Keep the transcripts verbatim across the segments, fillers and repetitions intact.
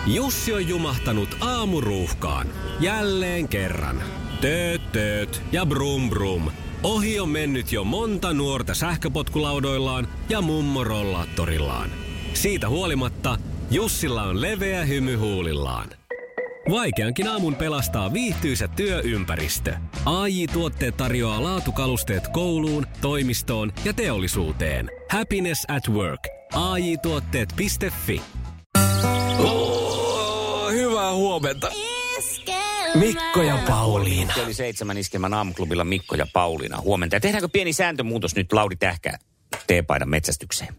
Jussi on jumahtanut aamuruuhkaan. Jälleen kerran. Tööt, tööt ja brum brum. Ohi on mennyt jo monta nuorta sähköpotkulaudoillaan ja mummorollaattorillaan. Siitä huolimatta Jussilla on leveä hymy huulillaan. Vaikeankin aamun pelastaa viihtyisä työympäristö. A J-tuotteet tarjoaa laatukalusteet kouluun, toimistoon ja teollisuuteen. Happiness at work. A J tuotteet piste fi. Oh, hyvää huomenta. Mikko ja Pauliina. Oli seitsemän Iskelmän aamuklubilla Mikko ja Pauliina. Huomenta. Ja tehdäänkö pieni sääntömuutos nyt Lauri Tähkä teepaidan metsästykseen?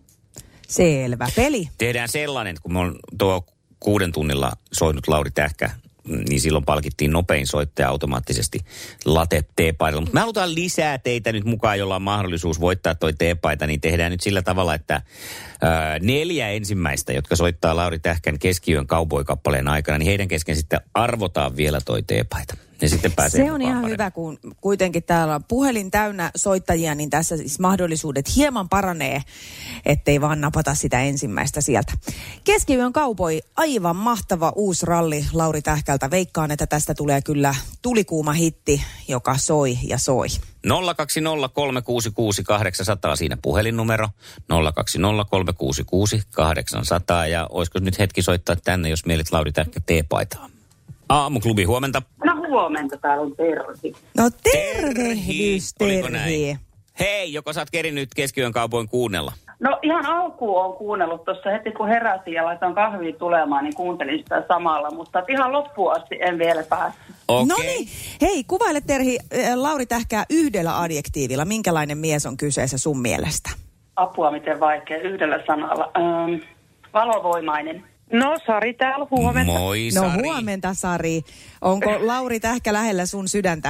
Selvä peli. Tehdään sellainen, kun me on tuo kuuden tunnilla soinut Lauri Tähkä, niin silloin palkittiin nopein soittaja automaattisesti late teepaidalla. Mutta me halutaan lisää teitä nyt mukaan, jolla on mahdollisuus voittaa toi teepaita, niin tehdään nyt sillä tavalla, että ää, neljä ensimmäistä, jotka soittaa Lauri Tähkän Keskiyön Cowboy-kappaleen aikana, niin heidän kesken sitten arvotaan vielä toi teepaita. Ja sitten pääsee Se on ihan paremmin. Hyvä, kun kuitenkin täällä on puhelin täynnä soittajia, niin tässä siis mahdollisuudet hieman paranee, ettei vaan napata sitä ensimmäistä sieltä. Keskiyön Cowboy, aivan mahtava uusi ralli Lauri Tähkältä. Veikkaan, että tästä tulee kyllä tulikuuma hitti, joka soi ja soi. nolla kaksi nolla kolme kuusi kuusi kahdeksan nolla nolla siinä puhelinnumero. nolla kaksi nolla kolme kuusi kuusi kahdeksan nolla nolla ja olisiko nyt hetki soittaa tänne, jos mielit Lauri Tähkä teepaitaa. Aamuklubi, huomenta. No huomenta, täällä on Terhi. No tervehdys, Oliko näin? Terhi. Hei, joko sä oot kerinnyt Keskiyön Cowboyn kuunnella? No ihan alkuun on kuunnellut tuossa heti kun heräsin ja laitoin kahvia tulemaan, niin kuuntelin sitä samalla, mutta ihan loppuun asti en vielä päässyt. Okay. No niin, hei, kuvaile Terhi Lauri Tähkää yhdellä adjektiivilla. Minkälainen mies on kyseessä sun mielestä? Apua, miten vaikea yhdellä sanalla. Ähm, valovoimainen. No Sari täällä, huomenta. Moi No Sari. huomenta, Sari. Onko Lauri Tähkä lähellä sun sydäntä?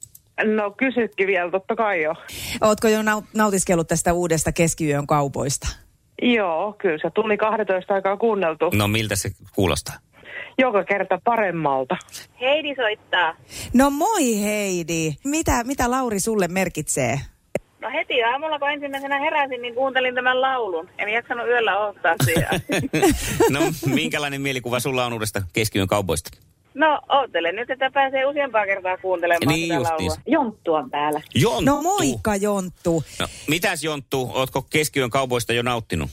No kysytkin vielä, totta kai jo. Ootko jo nau- nautiskellut tästä uudesta Keskiyön Cowboysta? Joo, kyllä se tuli kaksitoista aikaa kuunneltu. No miltä se kuulostaa? Joka kerta paremmalta. Heidi soittaa. No moi Heidi. Mitä, mitä Lauri sulle merkitsee? No heti aamulla, kun ensimmäisenä heräsin, niin kuuntelin tämän laulun. En jaksanut yöllä odottaa siihen. No minkälainen mielikuva sulla on uudesta Keskiyön Cowboysta? No oottelen nyt, että pääsee useampaa kertaa kuuntelemaan Niin sitä justiinsa. laulua. Jonttu on täällä. Jonttu. No moikka Jonttu. No, mitäs Jonttu, ootko Keskiyön Cowboysta jo nauttinut?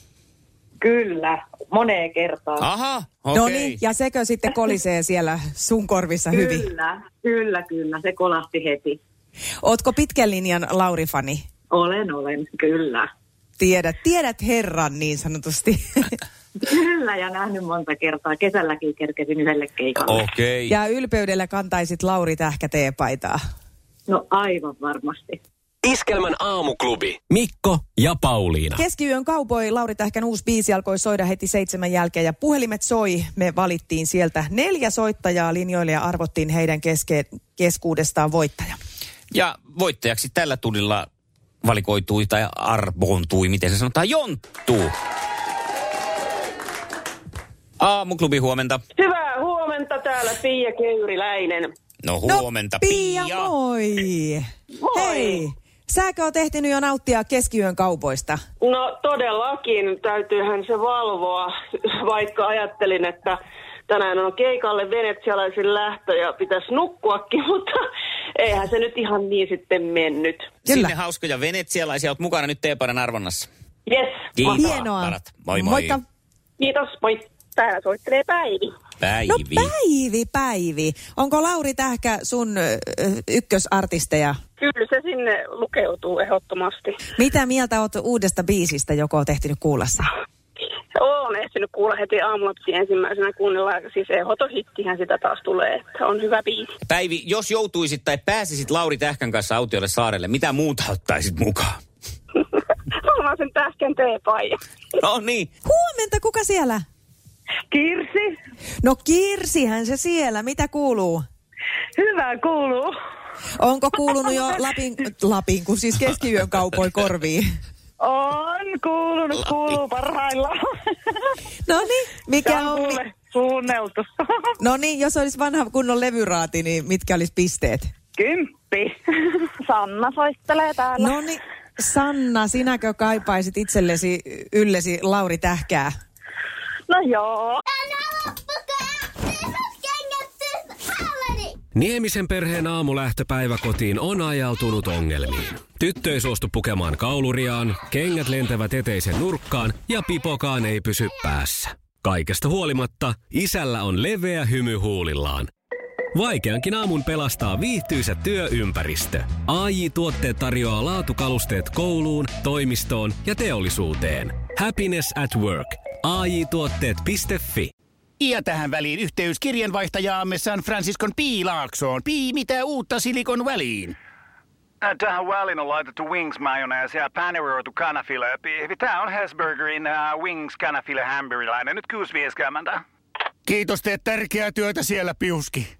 Kyllä, moneen kertaan. Aha, okei. No niin, ja sekö sitten kolisee siellä sun korvissa hyvin? Kyllä, kyllä, kyllä. Se kolahti heti. Ootko pitkän linjan Lauri-fani? Olen, olen, kyllä. Tiedät, tiedät herran niin sanotusti. Kyllä, ja nähnyt monta kertaa. Kesälläkin kerkesin yhdelle keikalle. Okei. Ja ylpeydellä kantaisit Lauri Tähkä teepaitaa. No aivan varmasti. Iskelmän aamuklubi. Mikko ja Pauliina. Keskiyön Cowboy, Lauri Tähkän uusi biisi alkoi soida heti seitsemän jälkeen ja puhelimet soi. Me valittiin sieltä neljä soittajaa linjoille ja arvottiin heidän keske- keskuudestaan voittaja. Ja voittajaksi tällä tunnilla valikoitui tai arvoontui, miten se sanotaan, Jonttu. Aamuklubi, huomenta. Hyvää huomenta täällä Pia Keyriläinen. No huomenta, no, Pia. Pia, moi. Moi. Hei, säkö oot ehtinyt jo nauttia Keskiyön Cowboysta? No todellakin, täytyyhän se valvoa, vaikka ajattelin, että tänään on keikalle venetsialaisen lähtö ja pitäisi nukkuakin, mutta eihän se nyt ihan niin sitten mennyt. Kyllä. Sinne hauskoja venetsialaisia, oot mukana nyt teepaidan arvonnassa. Yes. Kiitos. Hienoa. Moi moi. Moikka. Kiitos, moi. Täällä soittelee Päivi. Päivi. No Päivi, Päivi. Onko Lauri Tähkä sun ö, ykkösartisteja? Kyllä se sinne lukeutuu ehdottomasti. Mitä mieltä oot uudesta biisistä, joko oot ehtinyt kuulla sen? Olen ehtinyt kuulla heti aamulla ensimmäisenä kuunnella. Siis ehdotohittihän sitä taas tulee, että on hyvä biisi. Päivi, jos joutuisit tai pääsisit Lauri Tähkän kanssa autiolle saarelle, mitä muuta ottaisit mukaan? Ollaan sen Tähkän teepaija. No niin. Huomenta, kuka siellä? Kirsi. No Kirsihän se siellä, mitä kuuluu? Hyvä kuuluu. Onko kuulunut jo Lapin, Lapin kun siis Keskiyön Cowboy korviin? On kuulunut, kuuluu parhaillaan. No niin, mikä on... kuule suunneltu. No niin, jos olisi vanha kunnon levyraati, niin mitkä olisi pisteet? Kymppi. Sanna soittelee täällä. No niin, Sanna, sinäkö kaipaisit itsellesi yllesi Lauri Tähkää? No joo. Niemisen perheen aamulähtöpäivä kotiin on ajautunut ongelmiin. Tyttö ei suostu pukemaan kauluriaan, kengät lentävät eteisen nurkkaan ja pipokaan ei pysy päässä. Kaikesta huolimatta, isällä on leveä hymy huulillaan. Vaikeankin aamun pelastaa viihtyisä työympäristö. A J-tuotteet tarjoaa laatukalusteet kouluun, toimistoon ja teollisuuteen. Happiness at work. A J tuotteet piste fi. Ja tähän väliin yhteys kirjanvaihtajaamme San Franciscon Piilaaksoon. Pii, mitä uutta Silikon väliin? Tähän väliin on laitettu wings mayonnaise ja paneroitu kanafila. Tämä on Hesburgerin uh, wings kanafila hamburilainen. Nyt kuusi vieskäämäntä. Kiitos, teet tärkeää työtä siellä, Piuski.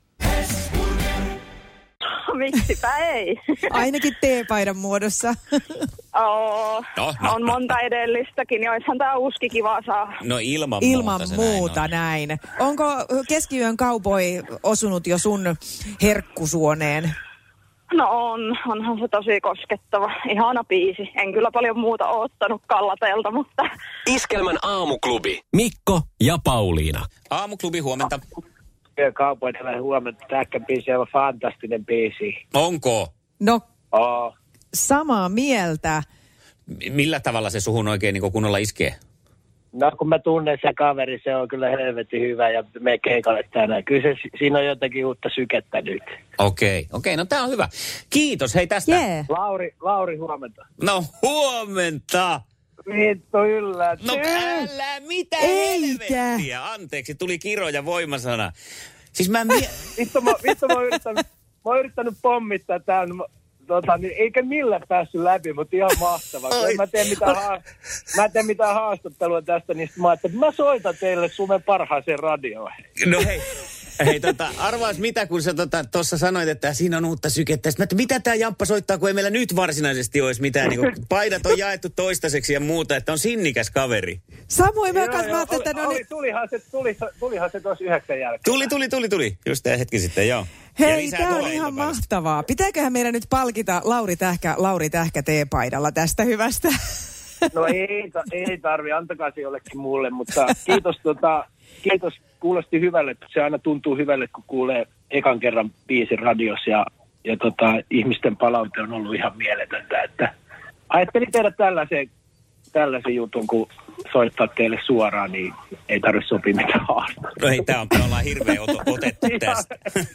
Miksipä ei? Ainakin teepaidan muodossa. Oo, No, no, on monta edellistäkin, niin olisihan tämä uski kiva saa. No ilman, Ilman muuta, muuta näin, näin. Onko keskiyön cowboy osunut jo sun herkkusuoneen? No on, onhan se tosi koskettava. Ihana biisi. En kyllä paljon muuta oottanut Kallatelta, mutta... Iskelmän aamuklubi. Mikko ja Pauliina. Aamuklubi, huomenta. Kaupoitella huomenta. Tähkän biisi on fantastinen biisi. Onko? No, Oh. samaa mieltä. M- Millä tavalla se suhun oikein niin kunnolla iskee? No kun mä tunnen se kaveri, se on kyllä helvetin hyvä ja me keikalle tänään. Kyllä se, siinä on jotakin uutta sykettä nyt. Okei, okei, no tää on hyvä. Kiitos, hei tästä. Jee. Lauri, Lauri huomenta. No huomenta. Vittu yllätys. No älä, mitä Eikä. helvettiä. Anteeksi, tuli kiro ja voimasana. Siis mä... Mie- Vittu mä, vittu mä oon yrittänyt, mä oon yrittänyt pommittaa tämän. Tota, niin eikä millään päässyt läpi, mutta ihan mahtavaa. Kun mä teen mitään, haa, mä teen mitään haastattelua tästä, niin mä ajattelin, että mä soitan teille Suomen parhaaseen radioon. No hei, hei tota, arvaas mitä, kun sä tuossa tota, sanoit, että siinä on uutta sykettä. Sitten mä, että mitä tää Jamppa soittaa, kun ei meillä nyt varsinaisesti olisi mitään. Niin kuin, paidat on jaettu toistaiseksi ja muuta, että on sinnikäs kaveri. Samoin mä Joo, kanssa joo, mä ajattelin, että no oli, niin. tulihan se, tuli, tulihan se tuossa yhdeksän jälkeen. Tuli, tuli, tuli, tuli. Just tää hetki sitten, joo. Ja Hei, lisää tää on tulee ihan iltapäivästä. mahtavaa. Pitääköhän meidän nyt palkita Lauri Tähkä, Lauri Tähkä teepaidalla tästä hyvästä? No ei, ta, ei tarvi, antakaa se jollekin muulle, mutta kiitos, tota, kiitos, kuulosti hyvälle. Se aina tuntuu hyvälle, kun kuulee ekan kerran biisin radiossa ja, ja tota, ihmisten palaute on ollut ihan mieletöntä. Että ajattelin tehdä tällaisen, tällaisen jutun, kun soittaa teille suoraan, niin ei tarvitse sopia mitään haastaa. No hei, tää on, me ollaan hirveän ot- otettu tästä.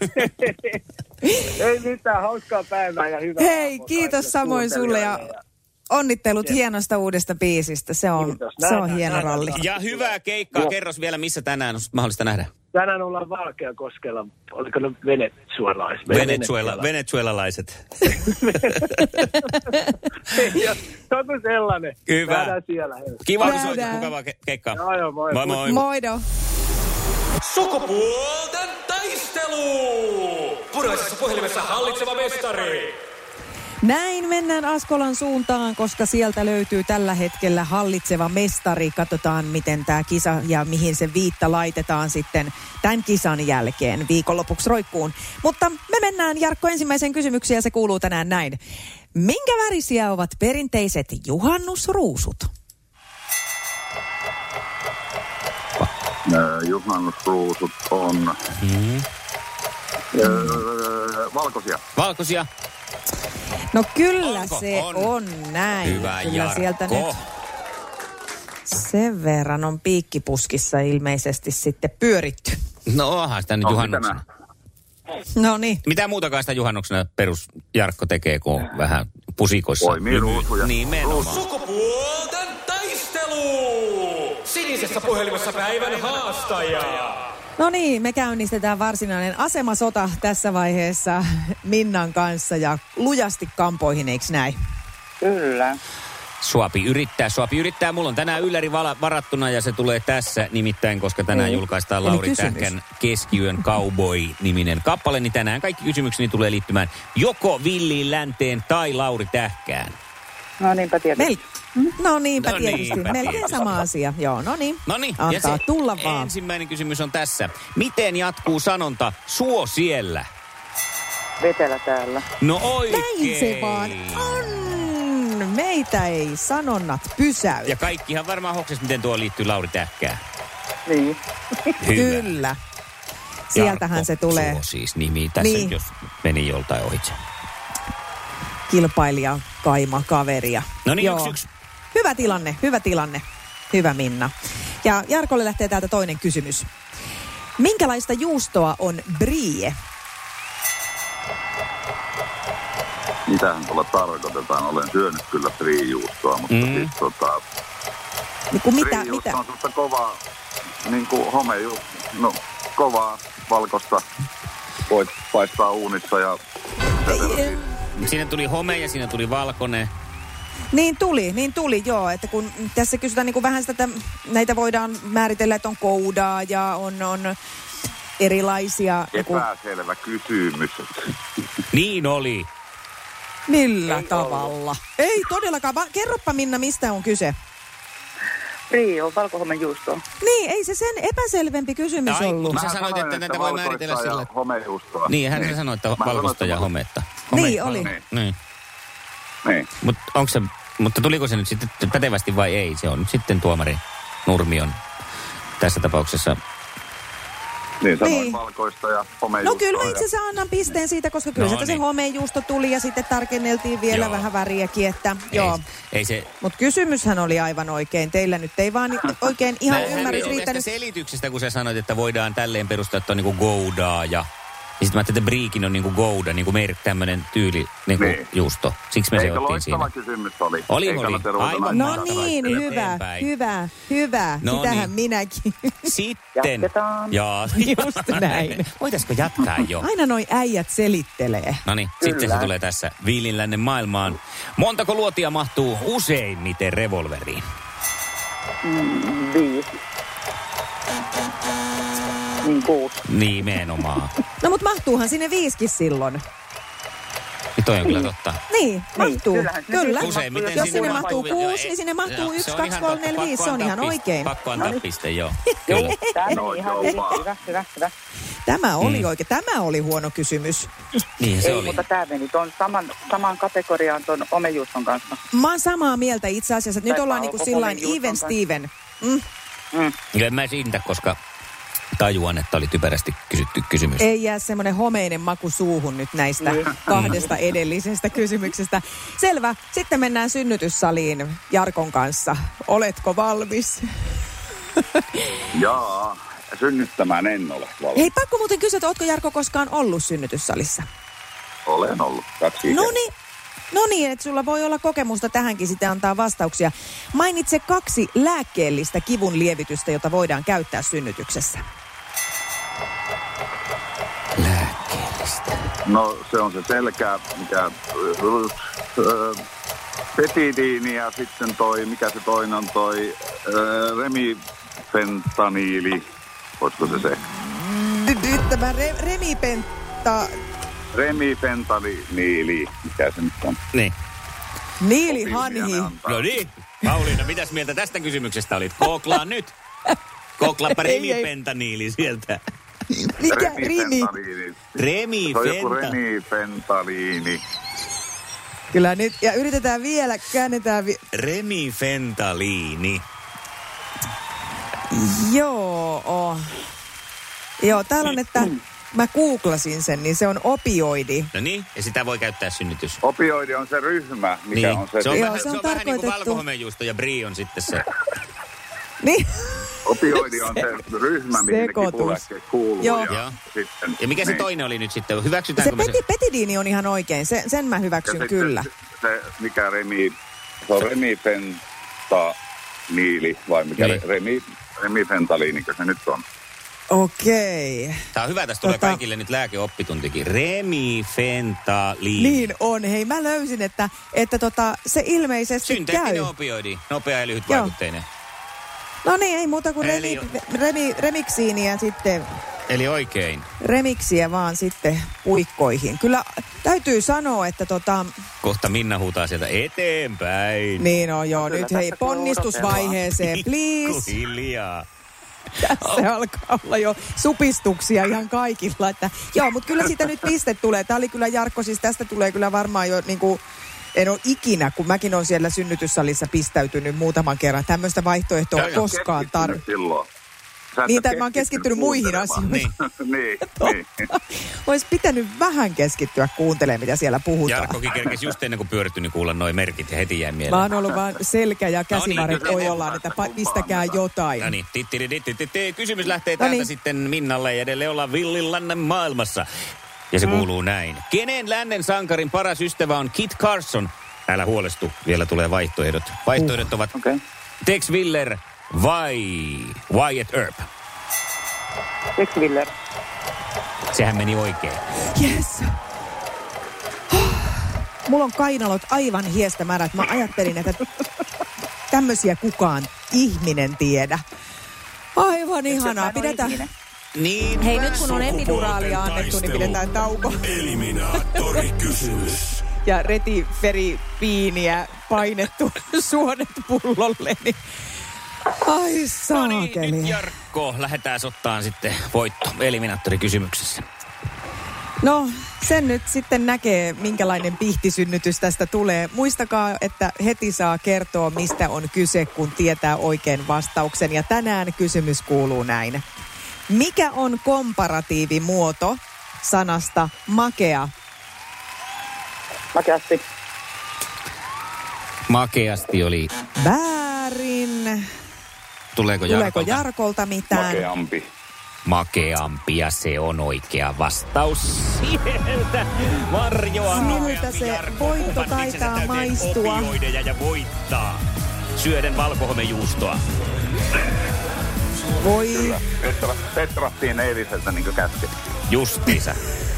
Ei mitään, hauskaa päivää ja hyvää. Hei, aamua kiitos kaikille samoin sulle ja kuuntelijoille. onnittelut hienosta uudesta biisistä. Se on, Kiitos. se on Nähdään, hieno nähdään. ralli. Ja hyvää keikkaa. Joo. Kerros vielä, missä tänään on mahdollista nähdä. Tänään ollaan Valkeakoskella, oliko ne venezuelaiset? Venezuela, venezuelalaiset. Joku sellainen. Hyvä. Nähdään siellä. Hei. Kiva, kun soitit. Nähdään. Mukavaa ke- keikkaa. Joo, joo, moi. Moi moi. Moido. Sukupuolten taistelu! Puraisessa puhelimessa hallitseva mestari. Näin mennään Askolan suuntaan, koska sieltä löytyy tällä hetkellä hallitseva mestari. Katsotaan, miten tämä kisa ja mihin se viitta laitetaan sitten tämän kisan jälkeen viikonlopuksi roikkuun. Mutta me mennään, Jarkko, ensimmäiseen kysymykseen ja se kuuluu tänään näin. Minkä värisiä ovat perinteiset juhannusruusut? Juhannusruusut on Mm-hmm. öö, valkoisia. Valkoisia. No kyllä Onko? se On. on, näin. Hyvä, kyllä Jarkko. sieltä nyt sen verran on piikkipuskissa ilmeisesti sitten pyöritty. No onhan sitä nyt No, juhannuksena. mitä No niin. Mitä muutakaan sitä juhannuksena perus Jarkko tekee, kuin vähän pusikoissa? Poimii ruusuja. Nimenomaan. Sukupuolten taistelu! Sinisessä puhelimessa päivän haastaja. No niin, me käynnistetään varsinainen asemasota tässä vaiheessa Minnan kanssa ja lujasti kampoihin, eikö näin? Kyllä. Suopi yrittää, Suopi yrittää. Mulla on tänään ylläri vala- varattuna ja se tulee tässä nimittäin, koska tänään Mm. julkaistaan Eli Lauri kysymys. Tähkän Keskiyön Cowboy-niminen kappale. Niin tänään kaikki kysymykseni tulee liittymään joko Villiin länteen tai Lauri Tähkään. No niinpä tietysti. Mel- no niinpä No tietysti. niinpä Melkein tietysti. sama asia. Joo, no niin. No niin, ja Antaa se tulla vaan. ensimmäinen kysymys on tässä. Miten jatkuu sanonta suo siellä? Vetelä täällä. No oikein. Näin se vaan on. Meitä ei sanonnat pysäy. Ja kaikkihan varmaan hoksis, miten tuo liittyy Lauri Tähkään. Niin. Hyvä. Kyllä. Sieltähän Jarkko se tulee. Suo siis nimi. Tässä Niin. niin. jos meni joltain ohitse. Kilpailija, kaima, kaveria. No niin, Joo. yksi yksi. Hyvä tilanne, hyvä tilanne. Hyvä Minna. Ja Jarkolle lähtee täältä toinen kysymys. Minkälaista juustoa on brie? Mitähän tuolla tarkoitetaan? Olen syönyt kyllä friijuustoa, mutta mm. siis tota... Niin kuin mitä, friijuusto mitä? on sellaista kovaa, niin kuin homejuusto, no kovaa valkosta. Voit paistaa uunissa ja... Ei, Siinä tuli home ja siinä tuli valkoinen. Niin tuli, niin tuli, joo. Että kun tässä kysytään niin kuin vähän sitä, että näitä voidaan määritellä, että on koudaa ja on, on erilaisia... Niin kuin, Epäselvä kysymys. Niin oli. millä ei tavalla? Ollut. Ei todellakaan. Va- kerropa Minna, mistä on kyse. Brie on valkohomejuustoa. Niin, ei se sen epäselvempi kysymys Ai, ollut. sä sanoit, että näitä voi määritellä sillä, että... homejuustoa. Niin, hän niin. sanoi, että Mä valkoista sanoin, ja että... hometta. Niin, oli. Niin. Niin. Niin. Mut onko se, mutta tuliko se nyt sitten pätevästi vai ei? Se on nyt sitten tuomari Nurmion tässä tapauksessa. Niin, sanoin Niin. valkoista ja homejuustoa. No kyllä mä ja... itse asiassa annan pisteen siitä, koska kyllä No sieltä niin. se homejuusto tuli ja sitten tarkenneltiin vielä Joo. vähän väriäkin, että Ei, joo. ei se... Mutta kysymyshän oli aivan oikein. Teillä nyt ei vaan oikein ihan Mä ymmärrys hämmin riittänyt. selityksestä, kun sä sanoit, että voidaan tälleen perustaa, että on niinku goudaa ja... Ja sitten mä ajattelin, että Briikin on niinku gouda, niinku meir, tämmönen tyyli niinku Niin. juusto. Siksi me se Eikö ottiin siinä. loistava kysymys oli? Oli, Ei oli. kannata ruveta Aivan No näin niin, mahtavasti hyvä, eteenpäin. hyvä, hyvä. No Sitähän niin. minäkin. Sitten... Jatketaan. Jaa. Just näin. Voitaisko jatkaa jo? Aina noi äijät selittelee. No niin, sitten se tulee tässä viilinlännen maailmaan. Montako luotia mahtuu useimmiten revolveriin? Mm, viisi. Niin kuusi. Nimenomaan. No mut mahtuuhan sinne viiskin silloin. Niin toi on kyllä totta. Niin, mahtuu. kyllähän sinne Kyllä. Useimmiten Jos sinne mahtuu- mahtuu joo, kuusi, ei- niin sinne mahtuu joo, yksi, se on kaksi, ihan kolme, totta. neljä, Pakko viisi. Se on antaa ihan piste- oikein. Pakko antaa piste, joo. Joo, Kyllä. tämä No, meni ihan joo, hyvin. vaan. Hyvä, hyvä, hyvä. Tämä oli Mm. oikein. Tämä oli huono kysymys. Niin se Ei, oli. mutta tämä meni tuon saman, saman kategoriaan tuon homejuuston kanssa. Mä oon samaa mieltä itse asiassa, että nyt Tai ollaan alko- niinku sillain homejuuston even kanssa. Steven. Mm. Mm. Ja en mä siitä, koska tajuan, että oli typerästi kysytty kysymys. Ei jää semmoinen homeinen maku suuhun nyt näistä kahdesta edellisestä kysymyksestä. Selvä. Sitten mennään synnytyssaliin Jarkon kanssa. Oletko valmis? Jaa, synnyttämään en ole valmis. Hei, pakko muuten kysyä, että ootko Jarkko koskaan ollut synnytyssalissa? Olen ollut kaksi No ikäistä. niin. No niin, että sulla voi olla kokemusta tähänkin sitten antaa vastauksia. Mainitse kaksi lääkkeellistä kivun lievitystä, jota voidaan käyttää synnytyksessä. Lääkkeellistä. No se on se selkä, mikä... Öö, petidiini ja sitten toi, mikä se toinen on toi öö, remifentaniili. Voisiko se se? Nyt tämä re- remipenta... Remifentaniili, mikä se nyt on? Niin. Niili Sopii, Hanhi. mitä ne antaa. No niin. Pauliina, mitäs mieltä tästä kysymyksestä olit? Kooklaan nyt. Kooklaappa Ei, ei. remipentaniili sieltä. Mikä rimi? Remifentaliini. Se on joku Remifenta. remifentaliini. Kyllä nyt, ja yritetään vielä, käännetään vi- Remifentaliini. Joo. Oh. Joo, täällä on, että mä googlasin sen, niin se on opioidi. No niin, ja sitä voi käyttää synnytys. Opioidi on se ryhmä, mikä Niin. on se... Se on, Joo, vähän, se se on on vähän niin kuin tarkoitettu- valkohomejuusto ja brie on sitten se. Niin. Opioidi on se ryhmä, mihin ne Sekoitus. kipulääkkeet kuuluu. Joo. Ja, Joo. sitten, Ja mikä se niin. toinen oli nyt sitten? Se Hyväksytäänkö me peti, petidiini on ihan oikein, se, sen mä Ja hyväksyn sitten kyllä. Se, mikä remi... Se on remifentaniili, vai mikä Niin. niin. remi, remifentaliinikö se nyt on? Okei. Tää on hyvä, tässä tulee Tota- kaikille nyt lääkeoppituntikin. Remifentaliini. Niin on. Hei, mä löysin, että, että tota, se ilmeisesti käy. Synteettinen opioidi. Nopea ja lyhyt Joo. vaikutteinen. No niin, ei muuta kuin Eli- remi, remi, remiksiiniä sitten, Eli oikein. remiksiä vaan sitten puikkoihin. Kyllä täytyy sanoa, että tota, Kohta Minna huutaa sieltä eteenpäin. niin on joo, Kyllä nyt tässä hei kyllä ponnistusvaiheeseen, please. Hiljaa. Tässä alkaa olla jo supistuksia ihan kaikilla. Että, joo, mutta kyllä siitä nyt piste tulee. Tämä oli kyllä Jarkko, siis tästä tulee kyllä varmaan jo niin kuin, en ole ikinä, kun mäkin olen siellä synnytyssalissa pistäytynyt muutaman kerran. Tämmöistä vaihtoehtoa Ja- ja koskaan keskittynyt tarvitse. silloin. Niitä mä oon keskittynyt muihin asioihin. Niin. niin, niin. Ois pitänyt vähän keskittyä kuuntelemaan, mitä siellä puhutaan. Jarkkokin kerkesi just ennen kuin pyörittyi, niin kuulla noi merkit ja heti jäi mieleen. Mä oon ollut vaan selkä ja käsivarret no niin, ojallaan, että pa- pistäkää jotain. No niin, kysymys lähtee täältä Noniin. sitten Minnalle ja edelleen ollaan villin lännen maailmassa. Ja se mm. kuuluu näin. Kenen lännen sankarin paras ystävä on Kit Carson? Älä huolestu, vielä tulee vaihtoehdot. Vaihtoehdot uh, ovat okay. Tex Willer vai Wyatt Earp? Tex Willer. Sehän meni oikein. Yes. Mulla on kainalot aivan hiestämärät. Mä ajattelin, että tämmöisiä kukaan ihminen tiedä. Aivan ihanaa. Pidetään... Niin, hei, nyt kun on epiduraalia annettu, niin pidetään tauko. Eliminaattorikysymys. Ja retiferipiiniä painettu suonet pullolle, niin ai saakeli. No niin, nyt Jarkko, lähdetään ottaan sitten voitto eliminaattorikysymyksessä. No, sen nyt sitten näkee, minkälainen pihtisynnytys tästä tulee. Muistakaa, että heti saa kertoa, mistä on kyse, kun tietää oikein vastauksen. Ja tänään kysymys kuuluu näin. Mikä on komparatiivimuoto sanasta makea? Makeasti. Makeasti oli... Väärin. Tuleeko Jarkolta? Tuleeko Jarkolta mitään? Makeampi. Makeampi ja se on oikea vastaus sieltä. Marjoa. Miltä se voitto taitaa maistua? Opioideja ja voittaa. Syöden valkohomejuustoa. Voi. Petrattiin eiliseltä niin kuin käskettiin. Justiinsa.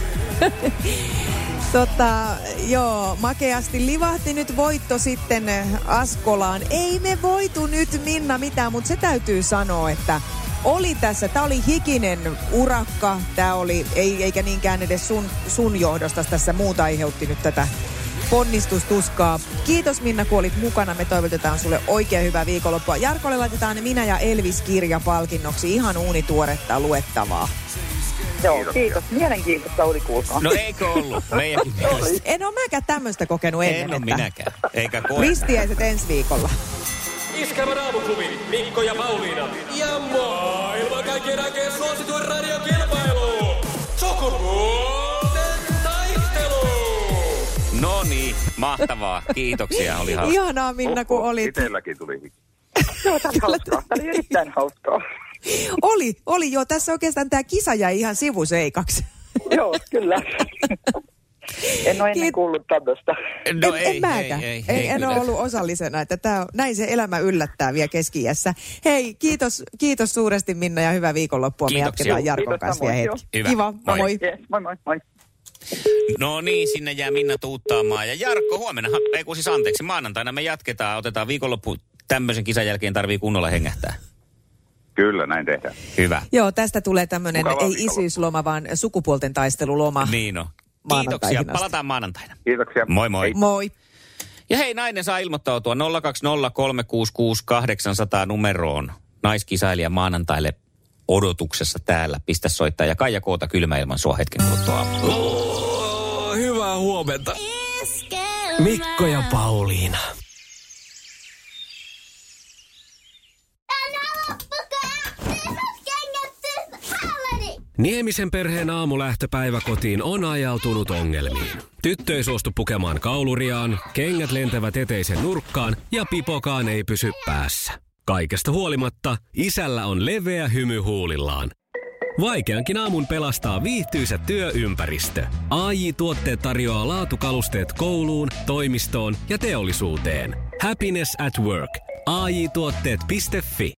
Tota, joo, makeasti livahti nyt voitto sitten Askolaan. Ei me voitu nyt, Minna, mitään, mutta se täytyy sanoa, että oli tässä, tää oli hikinen urakka, tää oli, ei, eikä niinkään edes sun, sun johdosta tässä muuta aiheutti nyt tätä ponnistustuskaa. Kiitos Minna, kun olit mukana. Me toivotetaan sulle oikein hyvää viikonloppua. Jarkolle laitetaan Minä ja Elvis-kirja palkinnoksi. Ihan uunituoretta luettavaa. Joo, kiitos. kiitos. Mielenkiintoista oli, kuulkaa. No eikö ollut? Meidänkin mielestä. En ole mäkään tämmöistä kokenut ennen. En ole minäkään. Eikä koe. Ristiäiset ensi viikolla. Iskävä Raamuklubi, Mikko ja Pauliina. Ja maailman kaikkien aikeen suosituen radiokilpailu. Sukupuolten taistelu. No niin, mahtavaa. Kiitoksia, oli hauska. Ihanaa, Minna, kun olit. Itselläkin tuli hiki. Joo, tämä oli hauskaa. Tämä oli erittäin hauskaa. Oli, oli jo. Tässä oikeastaan tämä kisa jäi ihan sivuseikaksi. Joo, kyllä. En ole ennen Kiit- kuullut tämmöistä. No en, ei, en mäkään. ei, ei, ei, ei, en kyllä. ole ollut osallisena, että tää, näin se elämä yllättää vielä keski-iässä. Hei, kiitos, kiitos suuresti Minna ja hyvää viikonloppua. Kiitoksia. Me jatketaan Jarkon Kiitos, kanssa samoin, vielä hetki. Hyvä. Kiva, moi. moi. Yes, moi moi, moi. No niin, sinne jää Minna tuuttaamaan. Ja Jarkko, huomenna, ei kun siis anteeksi, maanantaina me jatketaan. Otetaan viikonloppu. Tämmöisen kisan jälkeen tarvii kunnolla hengähtää. Kyllä, näin tehdään. Hyvä. Joo, tästä tulee tämmöinen, Mukavaa ei viikonloppua. isyysloma, vaan sukupuolten taisteluloma. Niin on. Maanantaihin Kiitoksia. asti. Palataan maanantaina. Kiitoksia. Moi moi. Hei. Moi. Ja hei, nainen saa ilmoittautua nolla kaksi nolla kolme kuusi kuusi kahdeksan nolla nolla numeroon. Naiskisailija maanantaille odotuksessa täällä. Pistä soittaa ja Kaija Koota kylmä ilman sua hetken kuluttua. Oh, hyvää huomenta. Mikko ja Pauliina. Niemisen perheen aamulähtöpäivä kotiin on ajautunut ongelmiin. Tyttö ei suostu pukemaan kauluriaan, kengät lentävät eteisen nurkkaan ja pipokaan ei pysy päässä. Kaikesta huolimatta isällä on leveä hymy huulillaan. Vaikeankin aamun pelastaa viihtyisä työympäristö. A J-tuotteet tarjoaa laatukalusteet kouluun, toimistoon ja teollisuuteen. Happiness at work. A J tuotteet piste fi